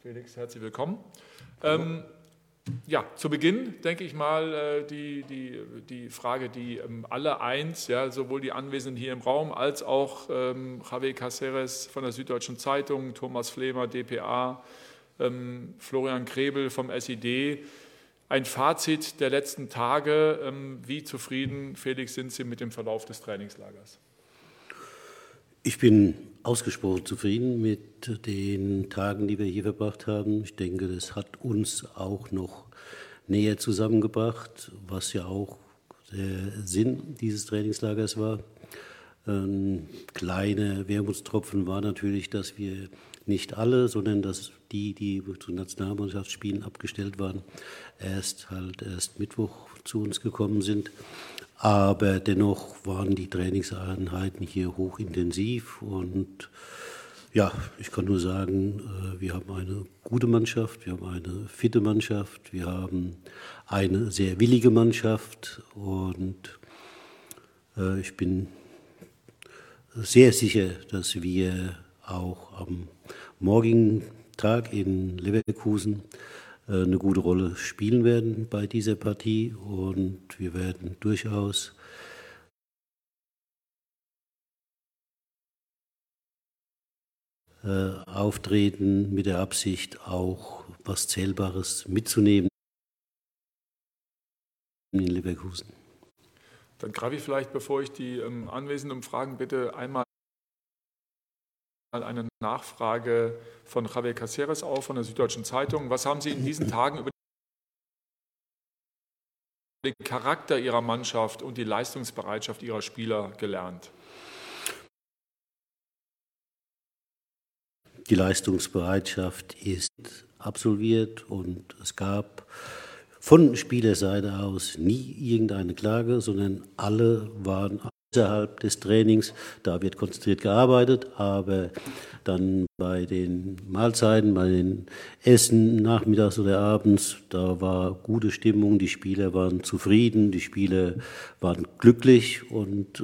Felix, herzlich willkommen. Ja, zu Beginn denke ich mal die Frage, die alle eins, ja, sowohl die Anwesenden hier im Raum als auch Javier Cáceres von der Süddeutschen Zeitung, Thomas Flemer, dpa, Florian Krebel vom SID. Ein Fazit der letzten Tage. Wie zufrieden, Felix, sind Sie mit dem Verlauf des Trainingslagers? Ich bin ausgesprochen zufrieden mit den Tagen, die wir hier verbracht haben. Ich denke, das hat uns auch noch näher zusammengebracht, was ja auch der Sinn dieses Trainingslagers war. Ein kleiner Wermutstropfen war natürlich, dass wir nicht alle, sondern dass die zu Nationalmannschaftsspielen abgestellt waren, erst Mittwoch zu uns gekommen sind. Aber dennoch waren die Trainingseinheiten hier hochintensiv und ja, ich kann nur sagen, wir haben eine gute Mannschaft, wir haben eine fitte Mannschaft, wir haben eine sehr willige Mannschaft und ich bin sehr sicher, dass wir auch am morgigen Tag in Leverkusen eine gute Rolle spielen werden bei dieser Partie und wir werden durchaus auftreten mit der Absicht, auch was Zählbares mitzunehmen in Leverkusen. Dann greife ich vielleicht, bevor ich die Anwesenden fragen, bitte einmal eine Nachfrage von Javier Cáceres auf, von der Süddeutschen Zeitung. Was haben Sie in diesen Tagen über den Charakter Ihrer Mannschaft und die Leistungsbereitschaft Ihrer Spieler gelernt? Die Leistungsbereitschaft ist absolviert und es gab von Spielerseite aus nie irgendeine Klage, sondern alle waren außerhalb des Trainings. Da wird konzentriert gearbeitet, aber dann bei den Mahlzeiten, bei den Essen nachmittags oder abends, da war gute Stimmung, die Spieler waren zufrieden, die Spieler waren glücklich und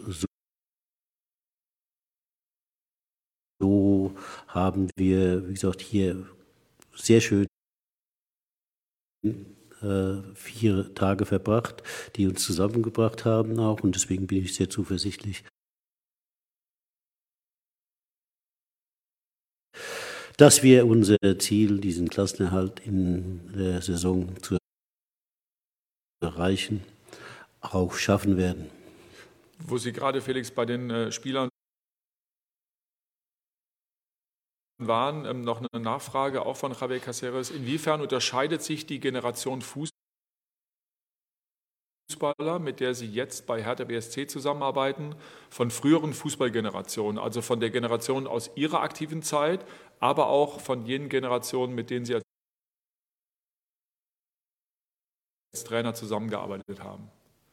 so haben wir, wie gesagt, hier sehr schön 4 Tage verbracht, die uns zusammengebracht haben auch und deswegen bin ich sehr zuversichtlich, dass wir unser Ziel, diesen Klassenerhalt in der Saison zu erreichen, auch schaffen werden. Wo Sie gerade, Felix, bei den Spielern waren, noch eine Nachfrage auch von Javier Cáceres. Inwiefern unterscheidet sich die Generation Fußballer, mit der Sie jetzt bei Hertha BSC zusammenarbeiten, von früheren Fußballgenerationen, also von der Generation aus Ihrer aktiven Zeit, aber auch von jenen Generationen, mit denen Sie als Trainer zusammengearbeitet haben?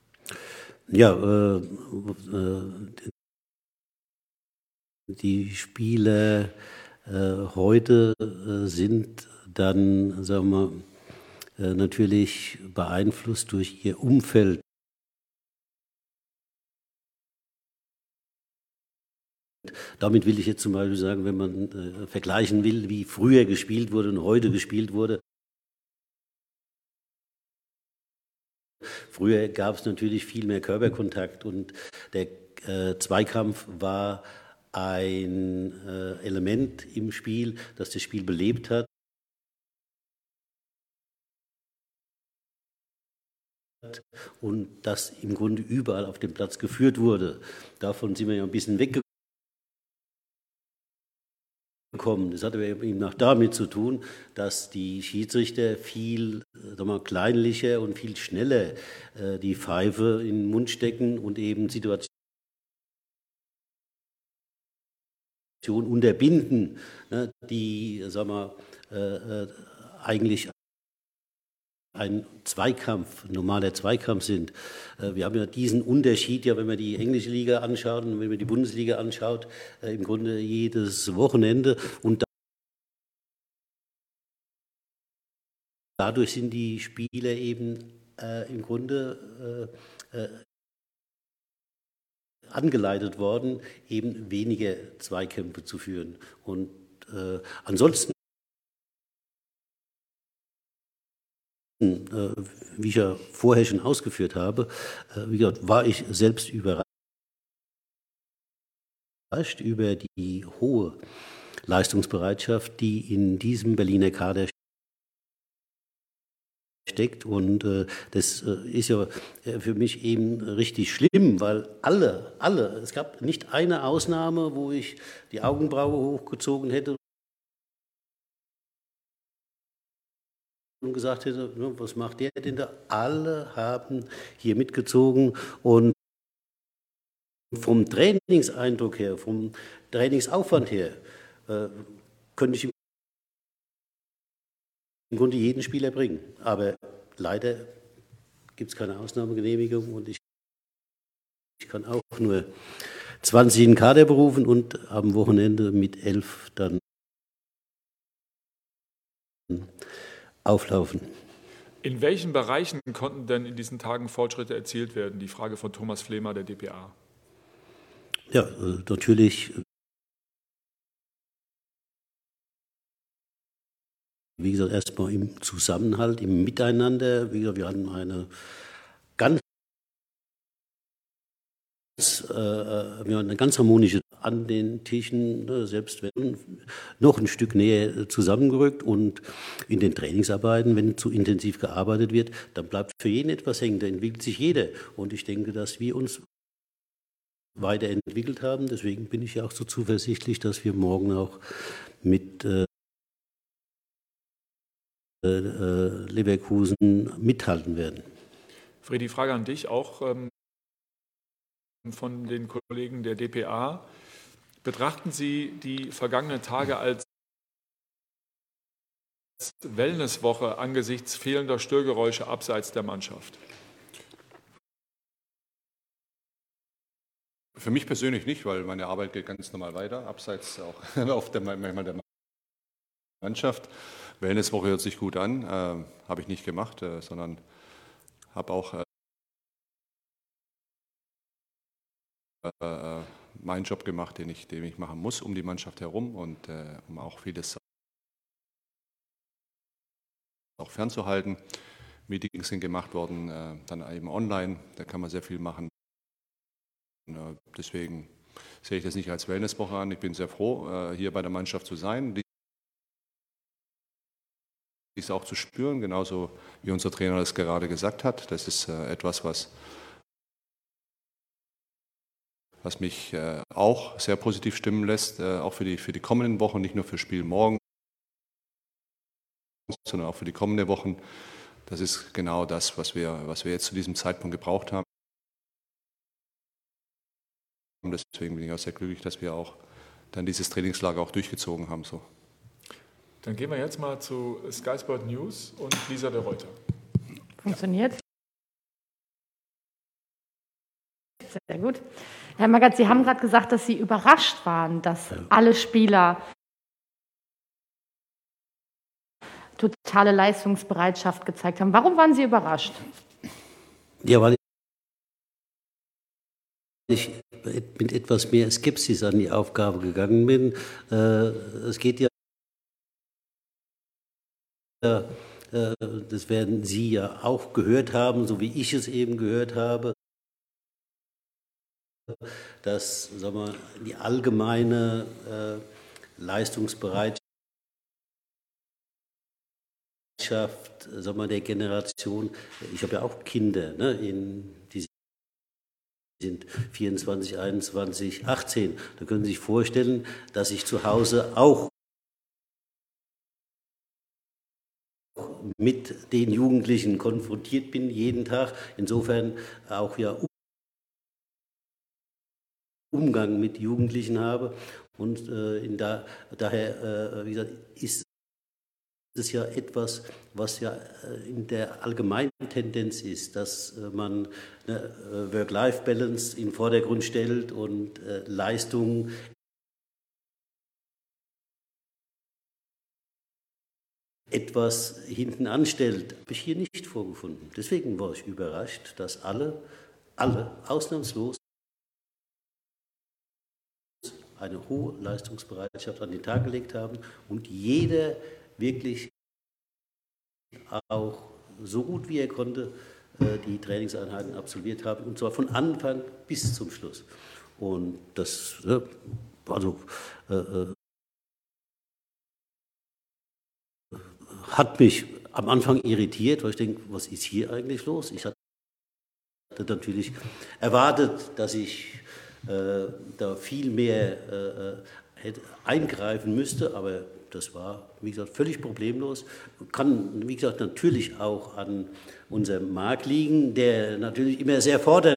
Ja, die Spieler heute sind dann, sagen wir, natürlich beeinflusst durch ihr Umfeld. Damit will ich jetzt zum Beispiel sagen, wenn man vergleichen will, wie früher gespielt wurde und heute gespielt wurde. Früher gab es natürlich viel mehr Körperkontakt und der Zweikampf war ein Element im Spiel, das das Spiel belebt hat. Und das im Grunde überall auf dem Platz geführt wurde. Davon sind wir ja ein bisschen weggekommen. Das hat aber eben auch damit zu tun, dass die Schiedsrichter viel kleinlicher und viel schneller die Pfeife in den Mund stecken und eben Situationen unterbinden, die, eigentlich ein Zweikampf, ein normaler Zweikampf sind. Wir haben ja diesen Unterschied, ja, wenn man die englische Liga anschaut und wenn man die Bundesliga anschaut, im Grunde jedes Wochenende. Und dadurch sind die Spieler eben im Grunde angeleitet worden, eben weniger Zweikämpfe zu führen. Und ansonsten wie ich ja vorher schon ausgeführt habe, wie gesagt, war ich selbst überrascht über die hohe Leistungsbereitschaft, die in diesem Berliner Kader steckt. Und das ist ja für mich eben richtig schlimm, weil alle, es gab nicht eine Ausnahme, wo ich die Augenbraue hochgezogen hätte und gesagt hätte, was macht der denn da? Alle haben hier mitgezogen und vom Trainingseindruck her, vom Trainingsaufwand her, könnte ich im Grunde jeden Spieler bringen. Aber leider gibt es keine Ausnahmegenehmigung und ich kann auch nur 20 in den Kader berufen und am Wochenende mit 11 dann auflaufen. In welchen Bereichen konnten denn in diesen Tagen Fortschritte erzielt werden? Die Frage von Thomas Flemer, der dpa. Ja, natürlich, wie gesagt, erstmal im Zusammenhalt, im Miteinander. Wie gesagt, wir hatten eine ganz harmonische an den Tischen, selbst wenn noch ein Stück näher zusammengerückt, und in den Trainingsarbeiten, wenn zu intensiv gearbeitet wird, dann bleibt für jeden etwas hängen, da entwickelt sich jeder. Und ich denke, dass wir uns weiterentwickelt haben. Deswegen bin ich ja auch so zuversichtlich, dass wir morgen auch mit Leverkusen mithalten werden. Fredi, Frage an dich auch von den Kollegen der dpa. Betrachten Sie die vergangenen Tage als Wellnesswoche angesichts fehlender Störgeräusche abseits der Mannschaft? Für mich persönlich nicht, weil meine Arbeit geht ganz normal weiter, abseits auch manchmal der Mannschaft. Wellnesswoche hört sich gut an, habe ich nicht gemacht, sondern habe auch meinen Job gemacht, den ich machen muss, um die Mannschaft herum und um auch vieles auch fernzuhalten. Meetings sind gemacht worden, dann eben online, da kann man sehr viel machen. Deswegen sehe ich das nicht als Wellnesswoche an. Ich bin sehr froh, hier bei der Mannschaft zu sein, dies auch zu spüren, genauso wie unser Trainer das gerade gesagt hat. Das ist etwas, was mich auch sehr positiv stimmen lässt, auch für die kommenden Wochen, nicht nur für Spiel morgen, sondern auch für die kommenden Wochen. Das ist genau das, was wir jetzt zu diesem Zeitpunkt gebraucht haben. Deswegen bin ich auch sehr glücklich, dass wir auch dann dieses Trainingslager auch durchgezogen haben. So. Dann gehen wir jetzt mal zu Sky Sport News und Lisa de Reuter. Funktioniert. Sehr gut. Herr Magath, Sie haben gerade gesagt, dass Sie überrascht waren, dass alle Spieler totale Leistungsbereitschaft gezeigt haben. Warum waren Sie überrascht? Ja, weil ich mit etwas mehr Skepsis an die Aufgabe gegangen bin. Es geht ja, das werden Sie ja auch gehört haben, so wie ich es eben gehört habe, dass, sagen wir, die allgemeine Leistungsbereitschaft, sagen wir, der Generation, ich habe ja auch Kinder, ne, die sind 24, 21, 18. Da können Sie sich vorstellen, dass ich zu Hause auch mit den Jugendlichen konfrontiert bin, jeden Tag. Insofern auch ja Umgang mit Jugendlichen habe. Und daher, wie gesagt, ist es ja etwas, was ja in der allgemeinen Tendenz ist, dass man Work-Life-Balance in den Vordergrund stellt und Leistung etwas hinten anstellt. Habe ich hier nicht vorgefunden. Deswegen war ich überrascht, dass alle ausnahmslos eine hohe Leistungsbereitschaft an den Tag gelegt haben und jeder wirklich auch so gut wie er konnte die Trainingseinheiten absolviert haben, und zwar von Anfang bis zum Schluss. Und das, hat mich am Anfang irritiert, weil ich denke, was ist hier eigentlich los? Ich hatte natürlich erwartet, dass ich da viel mehr hätte eingreifen müsste, aber das war, wie gesagt, völlig problemlos. Kann, wie gesagt, natürlich auch an unserem Marc liegen, der natürlich immer sehr fordernd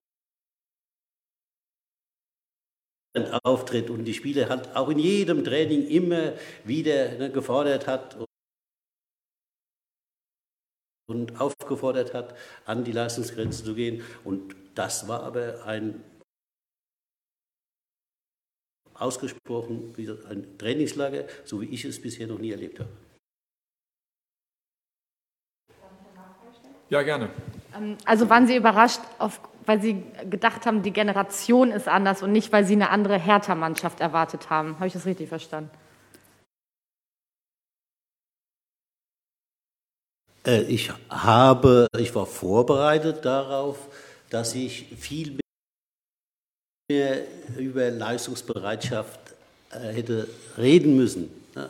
auftritt und die Spieler halt auch in jedem Training immer wieder gefordert hat und aufgefordert hat, an die Leistungsgrenze zu gehen. Und das war aber ein ausgesprochen, wie gesagt, ein Trainingslager, so wie ich es bisher noch nie erlebt habe. Ja, gerne. Also waren Sie überrascht, weil Sie gedacht haben, die Generation ist anders und nicht, weil Sie eine andere Hertha-Mannschaft erwartet haben? Habe ich das richtig verstanden? Ich war vorbereitet darauf, dass ich viel mehr über Leistungsbereitschaft hätte reden müssen.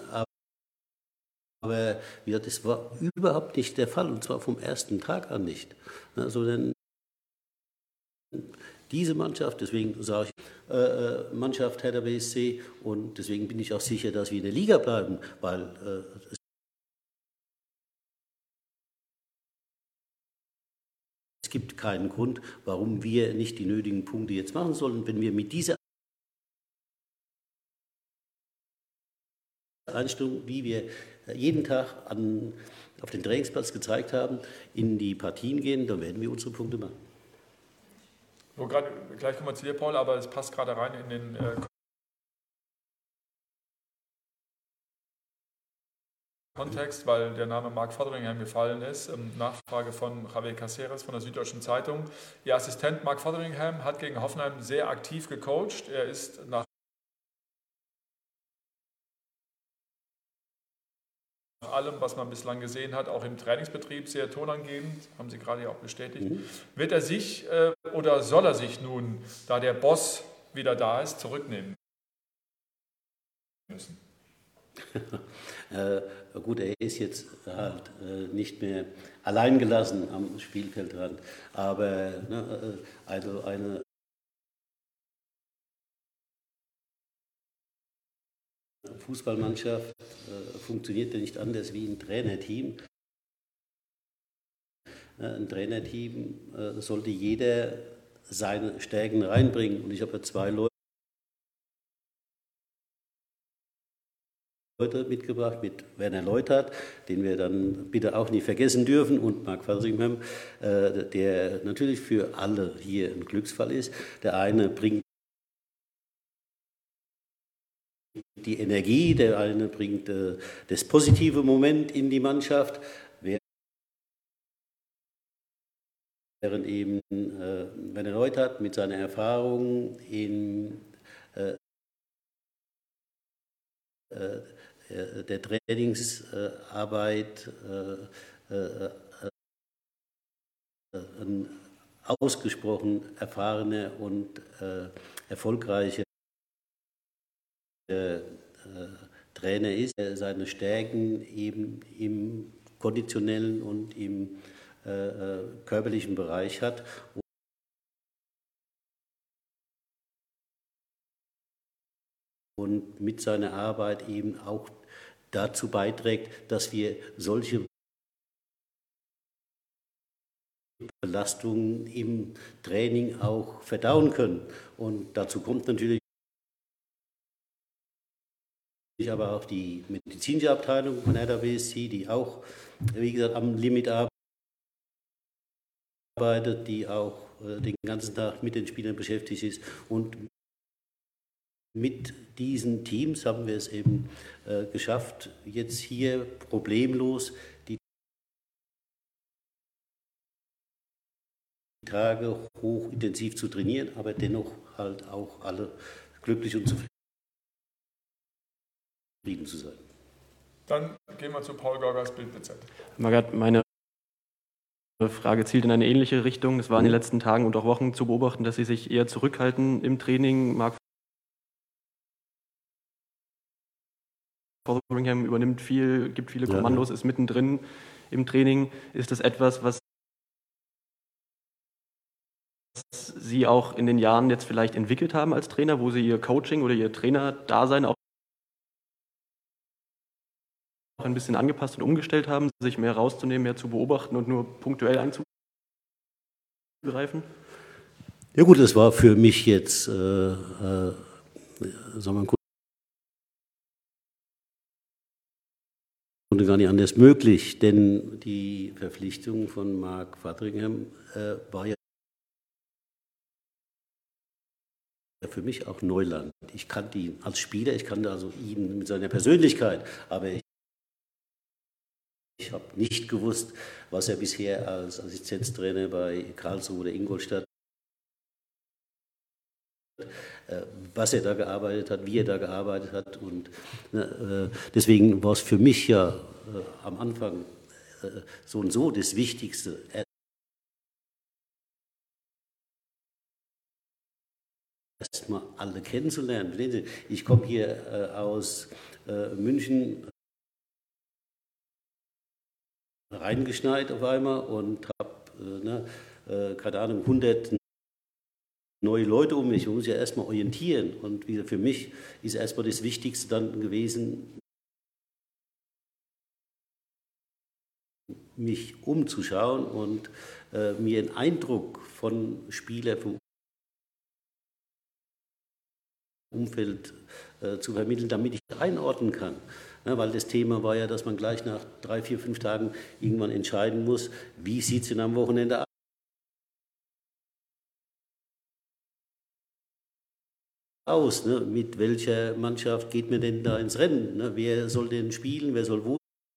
Aber ja, das war überhaupt nicht der Fall, und zwar vom ersten Tag an nicht. Sondern diese Mannschaft, deswegen sage ich Mannschaft Hertha BSC, und deswegen bin ich auch sicher, dass wir in der Liga bleiben, weil es gibt keinen Grund, warum wir nicht die nötigen Punkte jetzt machen sollen, wenn wir mit dieser Einstellung, wie wir jeden Tag auf den Trainingsplatz gezeigt haben, in die Partien gehen, dann werden wir unsere Punkte machen. Gleich kommen wir zu dir, Paul, aber es passt gerade rein in den Kontext, weil der Name Marc Fotheringham gefallen ist. Nachfrage von Javier Caceres von der Süddeutschen Zeitung. Ihr Assistent Marc Fotheringham hat gegen Hoffenheim sehr aktiv gecoacht. Er ist nach allem, was man bislang gesehen hat, auch im Trainingsbetrieb sehr tonangebend, haben Sie gerade ja auch bestätigt. Wird er sich oder soll er sich nun, da der Boss wieder da ist, zurücknehmen müssen? Gut, er ist jetzt halt nicht mehr alleingelassen am Spielfeldrand, aber also eine Fußballmannschaft funktioniert ja nicht anders wie ein Trainerteam. Ein Trainerteam sollte jeder seine Stärken reinbringen, und ich habe ja 2 Leute mitgebracht, mit Werner Leuthard, den wir dann bitte auch nicht vergessen dürfen, und Marc Fotheringham, der natürlich für alle hier ein Glücksfall ist. Der eine bringt die Energie, der eine bringt das positive Moment in die Mannschaft, während eben Werner Leuthard mit seiner Erfahrung in der Trainingsarbeit ein ausgesprochen erfahrener und erfolgreicher Trainer ist, der seine Stärken eben im konditionellen und im körperlichen Bereich hat. Und mit seiner Arbeit eben auch dazu beiträgt, dass wir solche Belastungen im Training auch verdauen können. Und dazu kommt natürlich aber auch die medizinische Abteilung von Hertha BSC, die auch, wie gesagt, am Limit arbeitet, die auch den ganzen Tag mit den Spielern beschäftigt ist. Und mit diesen Teams haben wir es eben geschafft, jetzt hier problemlos die Tage hochintensiv zu trainieren, aber dennoch halt auch alle glücklich und zufrieden zu sein. Dann gehen wir zu Paul Gorgas Bild-BZ. Magath, meine Frage zielt in eine ähnliche Richtung. Es war in den letzten Tagen und auch Wochen zu beobachten, dass Sie sich eher zurückhalten im Training. Mark Fotheringham übernimmt viel, gibt viele Kommandos, ist mittendrin im Training. Ist das etwas, was Sie auch in den Jahren jetzt vielleicht entwickelt haben als Trainer, wo Sie Ihr Coaching oder Ihr Trainer-Dasein auch ein bisschen angepasst und umgestellt haben, sich mehr rauszunehmen, mehr zu beobachten und nur punktuell einzugreifen? Ja gut, das war für mich jetzt, sagen wir mal, gar nicht anders möglich, denn die Verpflichtung von Mark Fotheringham war ja für mich auch Neuland. Ich kannte ihn als Spieler, ich kannte also ihn mit seiner Persönlichkeit, aber ich habe nicht gewusst, was er bisher als Assistenztrainer bei Karlsruhe oder Ingolstadt, was er da gearbeitet hat, wie er da gearbeitet hat. Und deswegen war es für mich ja am Anfang so und so das Wichtigste. Erstmal alle kennenzulernen. Ich komme hier aus München reingeschneit auf einmal und habe, keine Ahnung, 100 neue Leute um mich. Ich muss ja erstmal orientieren. Und für mich ist erstmal das Wichtigste dann gewesen, mich umzuschauen und mir einen Eindruck von Spielern, vom Umfeld zu vermitteln, damit ich einordnen kann. Ja, weil das Thema war ja, dass man gleich nach 3, 4, 5 Tagen irgendwann entscheiden muss, wie sieht es denn am Wochenende aus? Ne? Mit welcher Mannschaft geht man denn da ins Rennen? Ne? Wer soll denn spielen? Wer soll wo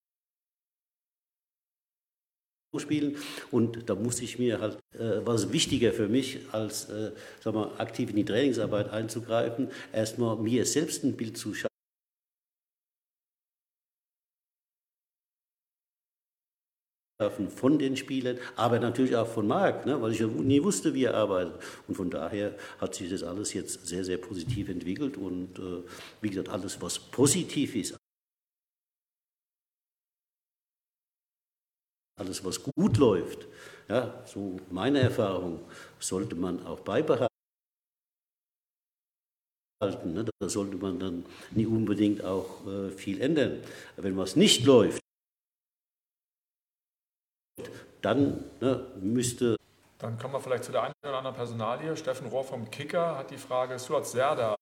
spielen? Und da musste ich mir halt, war es wichtiger für mich, als sagen wir, aktiv in die Trainingsarbeit einzugreifen, erstmal mir selbst ein Bild zu schaffen von den Spielern, aber natürlich auch von Marc, ne, weil ich ja nie wusste, wie er arbeitet. Und von daher hat sich das alles jetzt sehr, sehr positiv entwickelt. Und wie gesagt, alles, was positiv ist, alles, was gut läuft, ja, so meine Erfahrung, sollte man auch beibehalten. Ne? Da sollte man dann nicht unbedingt auch viel ändern. Wenn was nicht läuft, dann müsste... Dann kommen wir vielleicht zu der einen oder anderen Personalie. Steffen Rohr vom Kicker hat die Frage, Suat Serdar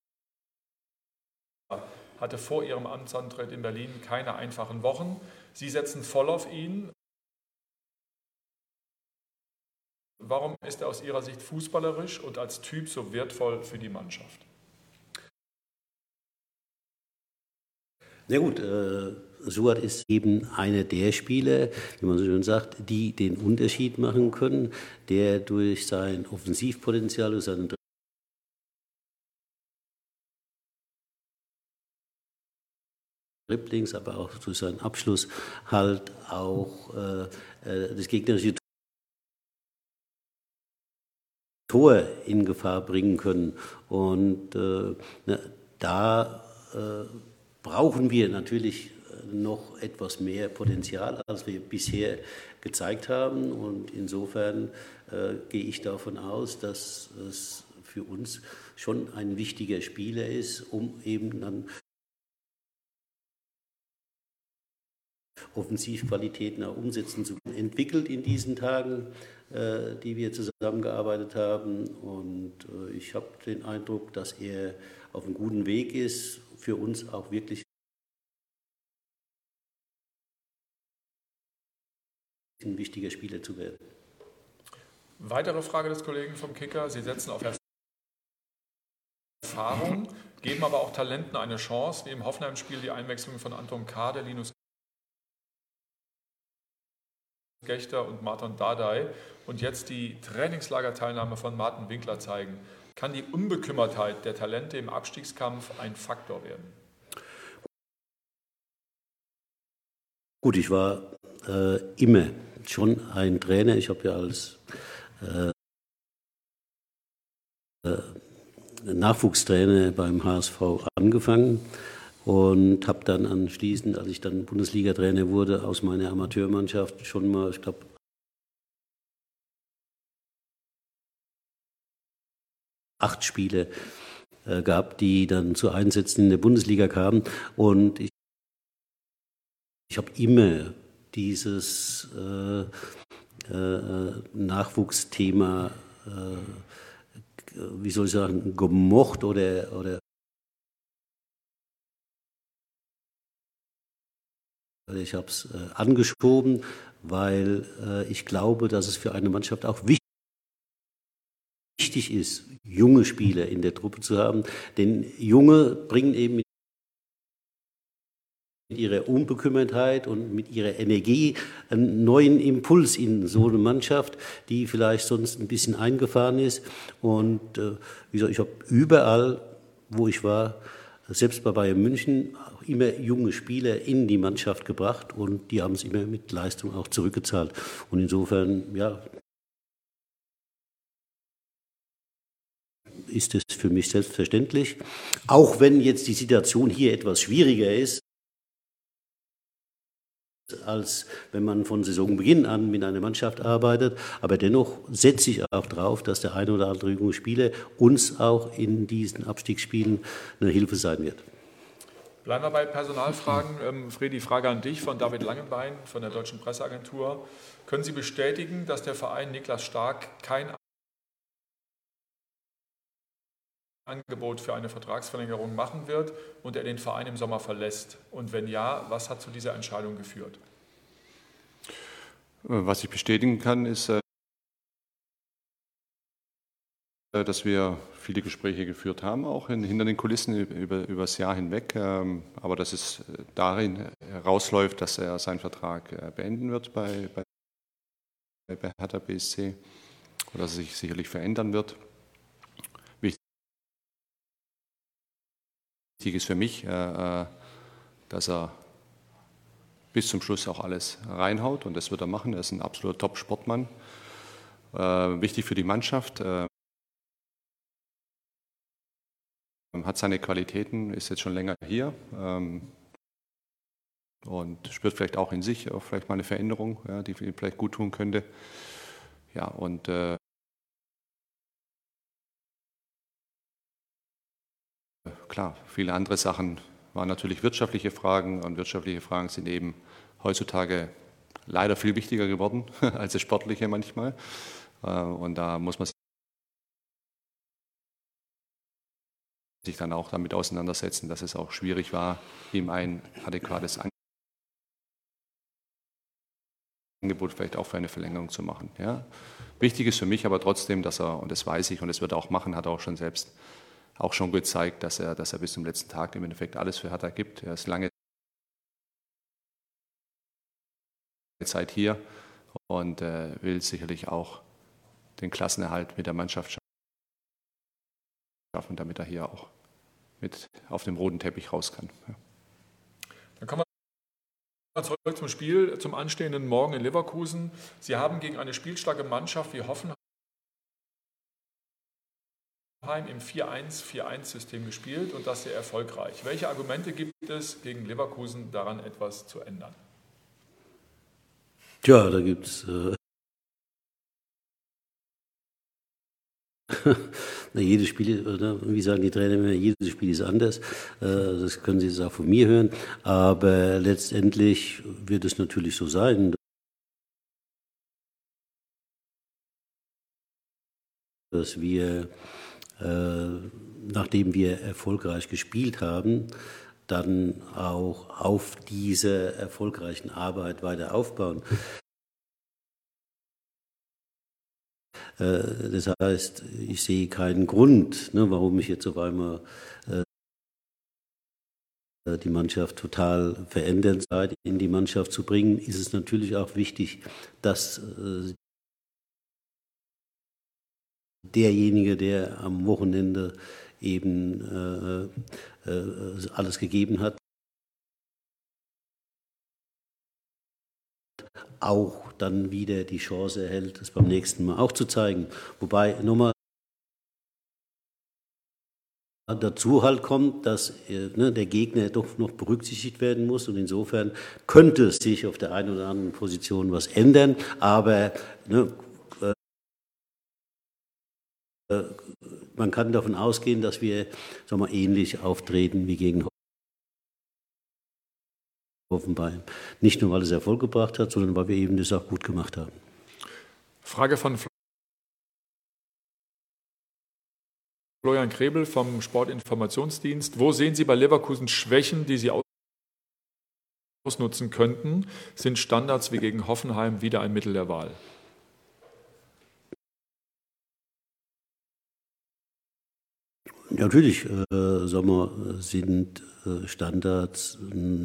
hatte vor ihrem Amtsantritt in Berlin keine einfachen Wochen. Sie setzen voll auf ihn. Warum ist er aus Ihrer Sicht fußballerisch und als Typ so wertvoll für die Mannschaft? Na gut, Suat ist eben einer der Spieler, wie man so schön sagt, die den Unterschied machen können, der durch sein Offensivpotenzial, durch seinen Dribblings, aber auch durch seinen Abschluss halt auch das gegnerische Tor in Gefahr bringen können. Und da brauchen wir natürlich noch etwas mehr Potenzial, als wir bisher gezeigt haben. Und insofern gehe ich davon aus, dass es für uns schon ein wichtiger Spieler ist, um eben dann Offensivqualitäten auch umsetzen zu können. Entwickelt in diesen Tagen, die wir zusammengearbeitet haben. Und ich habe den Eindruck, dass er auf einem guten Weg ist, für uns auch wirklich ein wichtiger Spieler zu werden. Weitere Frage des Kollegen vom Kicker. Sie setzen auf Erfahrung, geben aber auch Talenten eine Chance, wie im Hoffenheim-Spiel die Einwechslung von Anton Kade, Linus Gechter und Martin Dardai und jetzt die Trainingslagerteilnahme von Martin Winkler zeigen. Kann die Unbekümmertheit der Talente im Abstiegskampf ein Faktor werden? Gut, ich war immer schon ein Trainer. Ich habe ja als Nachwuchstrainer beim HSV angefangen und habe dann anschließend, als ich dann Bundesliga-Trainer wurde, aus meiner Amateurmannschaft schon mal, ich glaube, 8 Spiele gehabt, die dann zu Einsätzen in der Bundesliga kamen. Und ich habe immer dieses Nachwuchsthema, wie soll ich sagen, gemocht oder ich habe es angeschoben, weil ich glaube, dass es für eine Mannschaft auch wichtig ist, junge Spieler in der Truppe zu haben. Denn Junge bringen eben mit ihrer Unbekümmertheit und mit ihrer Energie einen neuen Impuls in so eine Mannschaft, die vielleicht sonst ein bisschen eingefahren ist. Und wie gesagt, ich habe überall, wo ich war, selbst bei Bayern München, auch immer junge Spieler in die Mannschaft gebracht und die haben es immer mit Leistung auch zurückgezahlt. Und insofern, ja, ist es für mich selbstverständlich. Auch wenn jetzt die Situation hier etwas schwieriger ist, als wenn man von Saisonbeginn an mit einer Mannschaft arbeitet. Aber dennoch setze ich auch darauf, dass der eine oder andere junge Spieler uns auch in diesen Abstiegsspielen eine Hilfe sein wird. Bleiben wir bei Personalfragen. Fredi, Frage an dich von David Langenbein von der Deutschen Presseagentur. Können Sie bestätigen, dass der Verein Niklas Stark kein Angebot für eine Vertragsverlängerung machen wird und er den Verein im Sommer verlässt? Und wenn ja, was hat zu dieser Entscheidung geführt? Was ich bestätigen kann, ist, dass wir viele Gespräche geführt haben, auch hinter den Kulissen über das Jahr hinweg. Aber dass es darin herausläuft, dass er seinen Vertrag beenden wird bei Hertha BSC oder dass er sich sicherlich verändern wird. Wichtig ist für mich, dass er bis zum Schluss auch alles reinhaut und das wird er machen. Er ist ein absoluter Top-Sportmann. Wichtig für die Mannschaft. Hat seine Qualitäten, ist jetzt schon länger hier und spürt vielleicht auch in sich auch vielleicht mal eine Veränderung, ja, die ihm vielleicht gut tun könnte. Ja, und klar, viele andere Sachen waren natürlich wirtschaftliche Fragen und wirtschaftliche Fragen sind eben heutzutage leider viel wichtiger geworden als das Sportliche manchmal. Und da muss man sich dann auch damit auseinandersetzen, dass es auch schwierig war, ihm ein adäquates Angebot vielleicht auch für eine Verlängerung zu machen. Ja. Wichtig ist für mich aber trotzdem, dass er, und das weiß ich und das wird er auch machen, hat er auch schon selbst auch schon gezeigt, dass er bis zum letzten Tag im Endeffekt alles für Hertha gibt. Er ist lange Zeit hier und will sicherlich auch den Klassenerhalt mit der Mannschaft schaffen, damit er hier auch mit auf dem roten Teppich raus kann. Ja. Dann kommen wir zurück zum Spiel, zum anstehenden Morgen in Leverkusen. Sie haben gegen eine spielstarke Mannschaft wie Hoffenheim im 4-1-4-1-System gespielt und das sehr erfolgreich. Welche Argumente gibt es gegen Leverkusen daran, etwas zu ändern? Tja, da gibt es jedes Spiel, oder? Wie sagen die Trainer immer, jedes Spiel ist anders. Das können Sie jetzt auch von mir hören. Aber letztendlich wird es natürlich so sein, dass wir, nachdem wir erfolgreich gespielt haben, dann auch auf dieser erfolgreichen Arbeit weiter aufbauen. Das heißt, ich sehe keinen Grund, warum ich jetzt auf einmal die Mannschaft total verändern sei. In die Mannschaft zu bringen, ist es natürlich auch wichtig, dass derjenige, der am Wochenende eben alles gegeben hat, auch dann wieder die Chance erhält, es beim nächsten Mal auch zu zeigen. Wobei nochmal dazu halt kommt, dass der Gegner doch noch berücksichtigt werden muss und insofern könnte sich auf der einen oder anderen Position was ändern, aber man kann davon ausgehen, dass wir ähnlich auftreten wie gegen Hoffenheim. Nicht nur, weil es Erfolg gebracht hat, sondern weil wir eben das auch gut gemacht haben. Frage von Florian Krebel vom Sportinformationsdienst. Wo sehen Sie bei Leverkusen Schwächen, die Sie ausnutzen könnten? Sind Standards wie gegen Hoffenheim wieder ein Mittel der Wahl? Natürlich sind Standards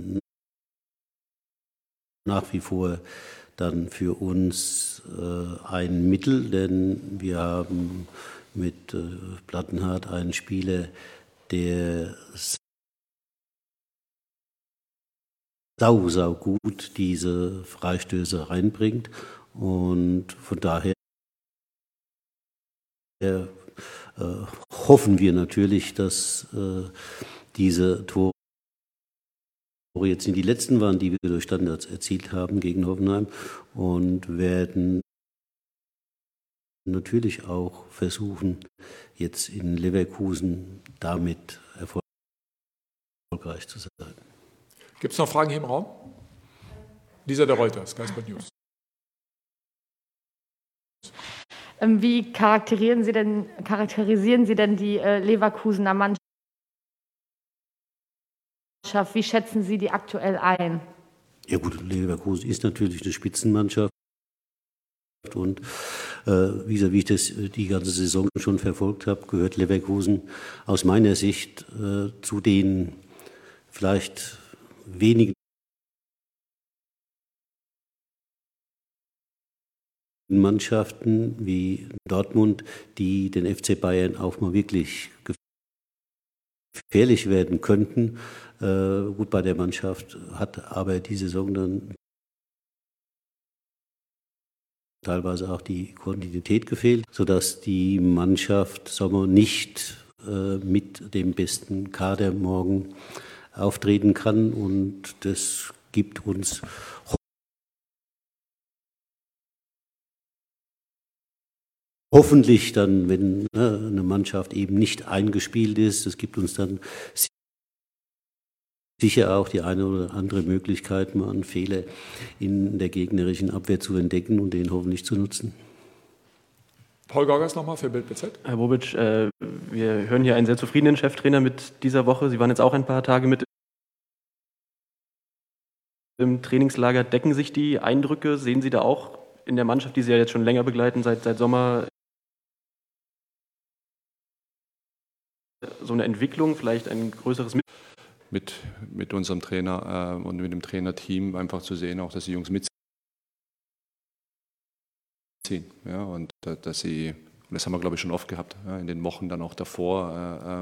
nach wie vor dann für uns ein Mittel, denn wir haben mit Plattenhardt einen Spieler, der sau gut diese Freistöße reinbringt und von daher hoffen wir natürlich, dass diese Tore jetzt nicht die letzten waren, die wir durch Standards erzielt haben gegen Hoffenheim und werden natürlich auch versuchen, jetzt in Leverkusen damit erfolgreich zu sein. Gibt es noch Fragen hier im Raum? Lisa de Reuter, Sky Sport News. Wie charakterisieren Sie denn die Leverkusener Mannschaft? Wie schätzen Sie die aktuell ein? Ja gut, Leverkusen ist natürlich eine Spitzenmannschaft und wie ich das die ganze Saison schon verfolgt habe, gehört Leverkusen aus meiner Sicht zu den vielleicht wenigen Mannschaften wie Dortmund, die den FC Bayern auch mal wirklich gefährlich werden könnten. Gut, bei der Mannschaft hat aber die Saison dann teilweise auch die Kontinuität gefehlt, sodass die Mannschaft nicht mit dem besten Kader morgen auftreten kann und das gibt uns hoffentlich dann, wenn eine Mannschaft eben nicht eingespielt ist, das gibt uns dann sicher auch die eine oder andere Möglichkeit, mal einen Fehler in der gegnerischen Abwehr zu entdecken und den hoffentlich zu nutzen. Paul Gorgas nochmal für Bild BZ. Herr Bobic, wir hören hier einen sehr zufriedenen Cheftrainer mit dieser Woche. Sie waren jetzt auch ein paar Tage mit im Trainingslager. Decken sich die Eindrücke? Sehen Sie da auch in der Mannschaft, die Sie ja jetzt schon länger begleiten, seit Sommer, so eine Entwicklung, vielleicht ein größeres mit unserem Trainer und mit dem Trainerteam einfach zu sehen, auch dass die Jungs mitziehen. Ja, und dass sie, und das haben wir glaube ich schon oft gehabt, ja, in den Wochen dann auch davor,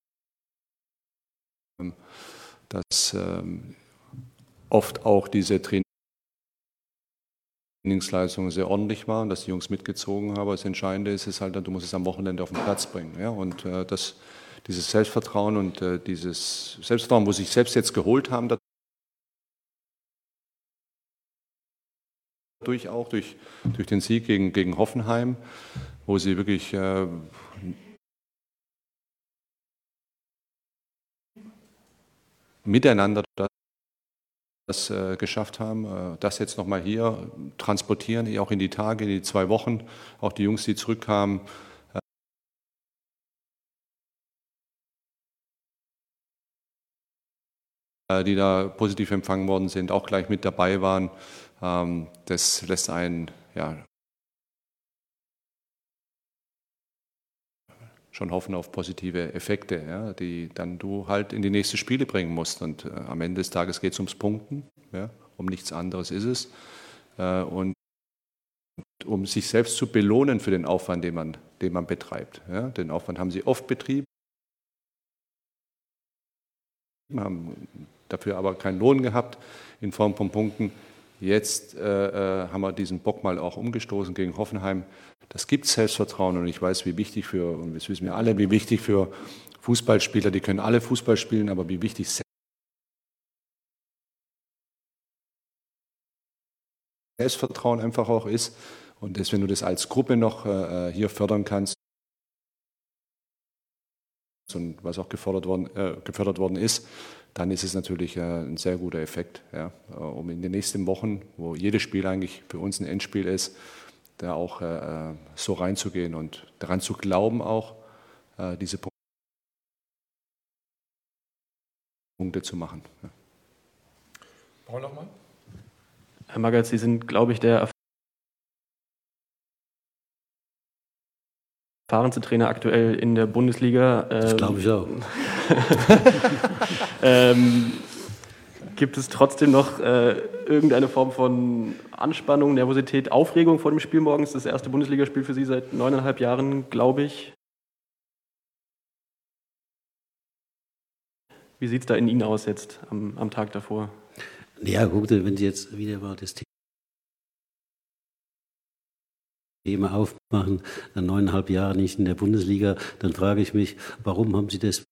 dass oft auch diese Trainingsleistung sehr ordentlich war und dass die Jungs mitgezogen haben. Aber das Entscheidende ist halt, du musst es am Wochenende auf den Platz bringen. Ja, und dieses Selbstvertrauen und dieses Selbstvertrauen, wo sie sich selbst jetzt geholt haben, durch den Sieg gegen Hoffenheim, wo sie wirklich miteinander das geschafft haben, das jetzt nochmal hier transportieren, auch in die Tage, in die 2 Wochen, auch die Jungs, die zurückkamen, die da positiv empfangen worden sind, auch gleich mit dabei waren. Das lässt einen schon hoffen auf positive Effekte, ja, die dann du halt in die nächsten Spiele bringen musst. Und am Ende des Tages geht es ums Punkten, ja, um nichts anderes ist es. Und um sich selbst zu belohnen für den Aufwand, den man betreibt. Ja. Den Aufwand haben sie oft betrieben, haben dafür aber keinen Lohn gehabt in Form von Punkten. Jetzt haben wir diesen Bock mal auch umgestoßen gegen Hoffenheim. Das gibt Selbstvertrauen und ich weiß, wie wichtig und das wissen wir alle, wie wichtig für Fußballspieler, die können alle Fußball spielen, aber wie wichtig Selbstvertrauen einfach auch ist. Und das, wenn du das als Gruppe noch hier fördern kannst und was auch gefördert worden ist, dann ist es natürlich ein sehr guter Effekt, ja, um in den nächsten Wochen, wo jedes Spiel eigentlich für uns ein Endspiel ist, da auch so reinzugehen und daran zu glauben auch, diese Punkte zu machen. Ja. Paul nochmal? Herr Magath, Sie sind, glaube ich, der erfahrenste Trainer aktuell in der Bundesliga. Das glaube ich auch. Gibt es trotzdem noch irgendeine Form von Anspannung, Nervosität, Aufregung vor dem Spiel morgens? Das erste Bundesligaspiel für Sie seit 9,5 Jahren, glaube ich. Wie sieht es da in Ihnen aus jetzt am Tag davor? Ja, gut, wenn Sie jetzt wieder mal das Thema aufmachen, dann 9,5 Jahre nicht in der Bundesliga, dann frage ich mich, warum haben Sie das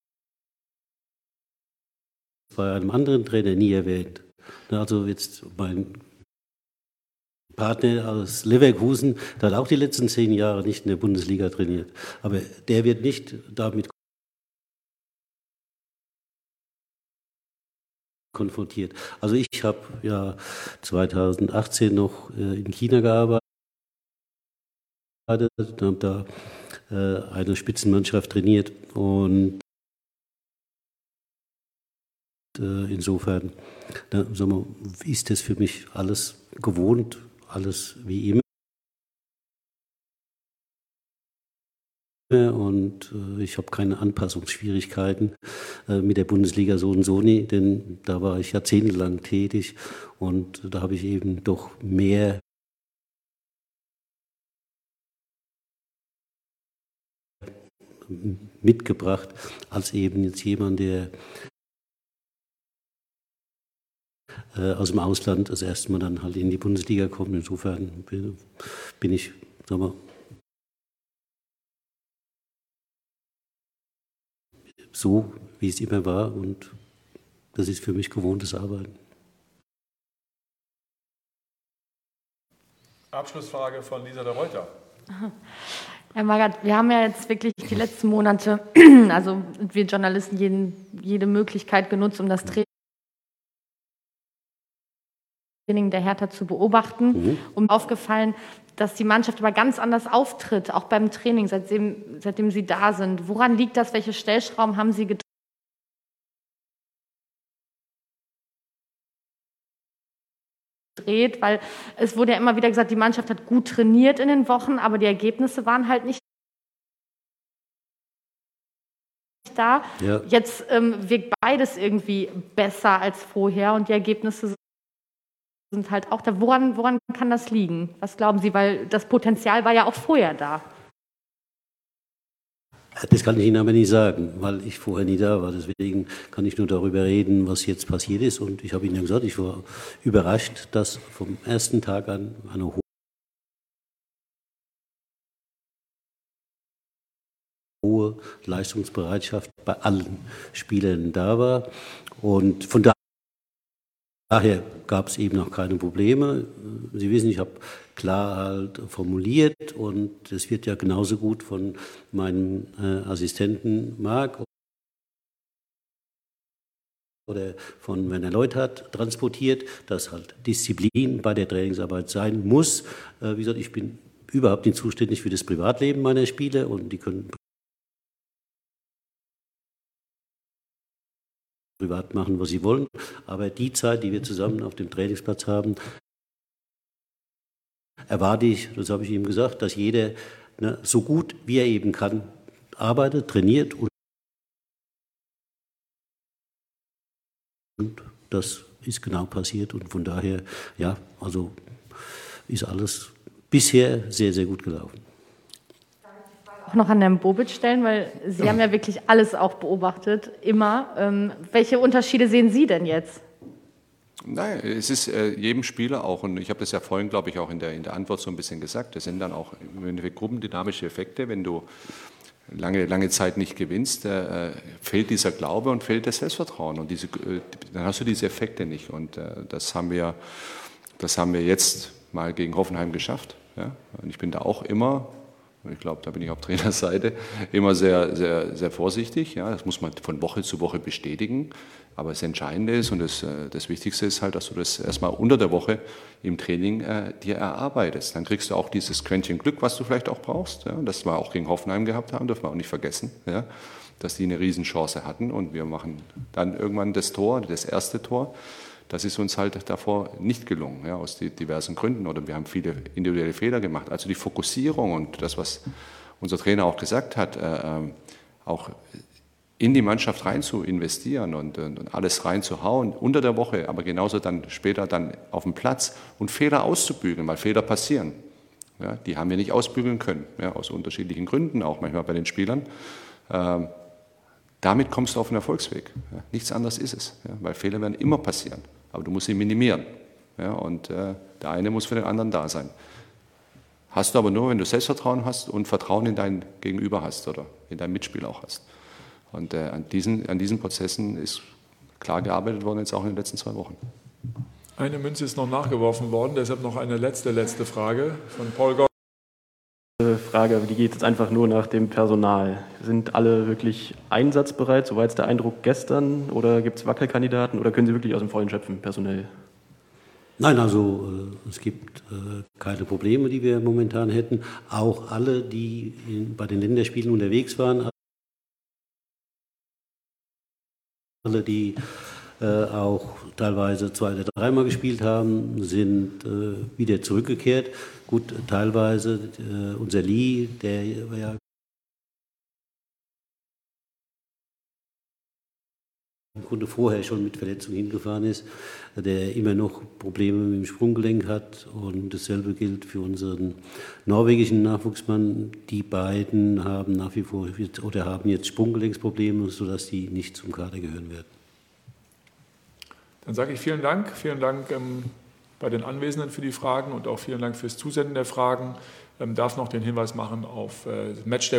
bei einem anderen Trainer nie erwähnt? Also jetzt mein Partner aus Leverkusen, der hat auch die letzten 10 Jahre nicht in der Bundesliga trainiert. Aber der wird nicht damit konfrontiert. Also ich habe ja 2018 noch in China gearbeitet und habe da eine Spitzenmannschaft trainiert und insofern sagen wir, ist das für mich alles gewohnt, alles wie immer. Und ich habe keine Anpassungsschwierigkeiten mit der Bundesliga so und so nie, denn da war ich jahrzehntelang tätig und da habe ich eben doch mehr mitgebracht als eben jetzt jemand, der aus dem Ausland das erste Mal dann halt in die Bundesliga kommt. Insofern bin ich, sagen wir, so, wie es immer war und das ist für mich gewohntes Arbeiten. Abschlussfrage von Lisa de Reuter. Herr Magath, wir haben ja jetzt wirklich die letzten Monate, also wir Journalisten, jede Möglichkeit genutzt, um das Training der Hertha zu beobachten. Und aufgefallen, dass die Mannschaft aber ganz anders auftritt, auch beim Training, seitdem Sie da sind. Woran liegt das? Welche Stellschrauben haben Sie gedreht? Weil es wurde ja immer wieder gesagt, die Mannschaft hat gut trainiert in den Wochen, aber die Ergebnisse waren halt nicht da. Ja. Jetzt wirkt beides irgendwie besser als vorher und die Ergebnisse sind halt auch da. Woran kann das liegen? Was glauben Sie? Weil das Potenzial war ja auch vorher da. Das kann ich Ihnen aber nicht sagen, weil ich vorher nie da war. Deswegen kann ich nur darüber reden, was jetzt passiert ist. Und ich habe Ihnen ja gesagt, ich war überrascht, dass vom ersten Tag an eine hohe Leistungsbereitschaft bei allen Spielern da war. Und von daher gab es eben noch keine Probleme. Sie wissen, ich habe klar halt formuliert und es wird ja genauso gut von meinem Assistenten Marc oder von Werner Leuthard transportiert, dass halt Disziplin bei der Trainingsarbeit sein muss. Wie gesagt, ich bin überhaupt nicht zuständig für das Privatleben meiner Spieler und die können privat machen, was sie wollen. Aber die Zeit, die wir zusammen auf dem Trainingsplatz haben, erwarte ich, das habe ich ihm gesagt, dass jeder so gut wie er eben kann, arbeitet, trainiert und das ist genau passiert und von daher, ja, also ist alles bisher sehr, sehr gut gelaufen. Auch noch an Herrn Bobic stellen, weil Sie haben ja wirklich alles auch beobachtet, immer. Welche Unterschiede sehen Sie denn jetzt? Nein, es ist jedem Spieler auch, und ich habe das ja vorhin, glaube ich, auch in der Antwort so ein bisschen gesagt, das sind dann auch im Endeffekt gruppendynamische Effekte. Wenn du lange Zeit nicht gewinnst, fehlt dieser Glaube und fehlt das Selbstvertrauen. Und dann hast du diese Effekte nicht. Und das haben wir jetzt mal gegen Hoffenheim geschafft. Ja? Und ich bin da auch immer, ich glaube, da bin ich auf Trainerseite, immer sehr, sehr, sehr vorsichtig. Ja? Das muss man von Woche zu Woche bestätigen. Aber das Entscheidende ist und das Wichtigste ist halt, dass du das erstmal unter der Woche im Training dir erarbeitest. Dann kriegst du auch dieses Quäntchen Glück, was du vielleicht auch brauchst. Ja? Das wir auch gegen Hoffenheim gehabt haben, dürfen wir auch nicht vergessen, ja? Dass die eine Riesenchance hatten. Und wir machen dann irgendwann das erste Tor. Das ist uns halt davor nicht gelungen, ja, aus diversen Gründen. Oder wir haben viele individuelle Fehler gemacht. Also die Fokussierung und das, was unser Trainer auch gesagt hat, auch in die Mannschaft rein zu investieren und alles reinzuhauen unter der Woche, aber genauso dann später dann auf dem Platz und Fehler auszubügeln, weil Fehler passieren. Ja, die haben wir nicht ausbügeln können, ja, aus unterschiedlichen Gründen, auch manchmal bei den Spielern. Damit kommst du auf den Erfolgsweg. Ja, nichts anderes ist es, ja, weil Fehler werden immer passieren, aber du musst sie minimieren. Ja, und der eine muss für den anderen da sein. Hast du aber nur, wenn du Selbstvertrauen hast und Vertrauen in dein Gegenüber hast oder in dein Mitspiel auch hast. Und an diesen Prozessen ist klar gearbeitet worden, jetzt auch in den letzten 2 Wochen. Eine Münze ist noch nachgeworfen worden, deshalb noch eine letzte Frage von Paul Gott. Frage, die geht jetzt einfach nur nach dem Personal. Sind alle wirklich einsatzbereit? So war jetzt der Eindruck gestern, oder gibt es Wackelkandidaten, oder können Sie wirklich aus dem Vollen schöpfen, personell? Nein, also es gibt keine Probleme, die wir momentan hätten. Auch alle, die bei den Länderspielen unterwegs waren, alle, die auch teilweise 2 oder 3 Mal gespielt haben, sind wieder zurückgekehrt. Gut, teilweise unser Lee, der ja im Grunde vorher schon mit Verletzung hingefahren ist, der immer noch Probleme mit dem Sprunggelenk hat, und dasselbe gilt für unseren norwegischen Nachwuchsmann. Die beiden haben nach wie vor haben jetzt Sprunggelenksprobleme, sodass die nicht zum Kader gehören werden. Dann sage ich vielen Dank bei den Anwesenden für die Fragen und auch vielen Dank fürs Zusenden der Fragen. Darf noch den Hinweis machen auf Matchday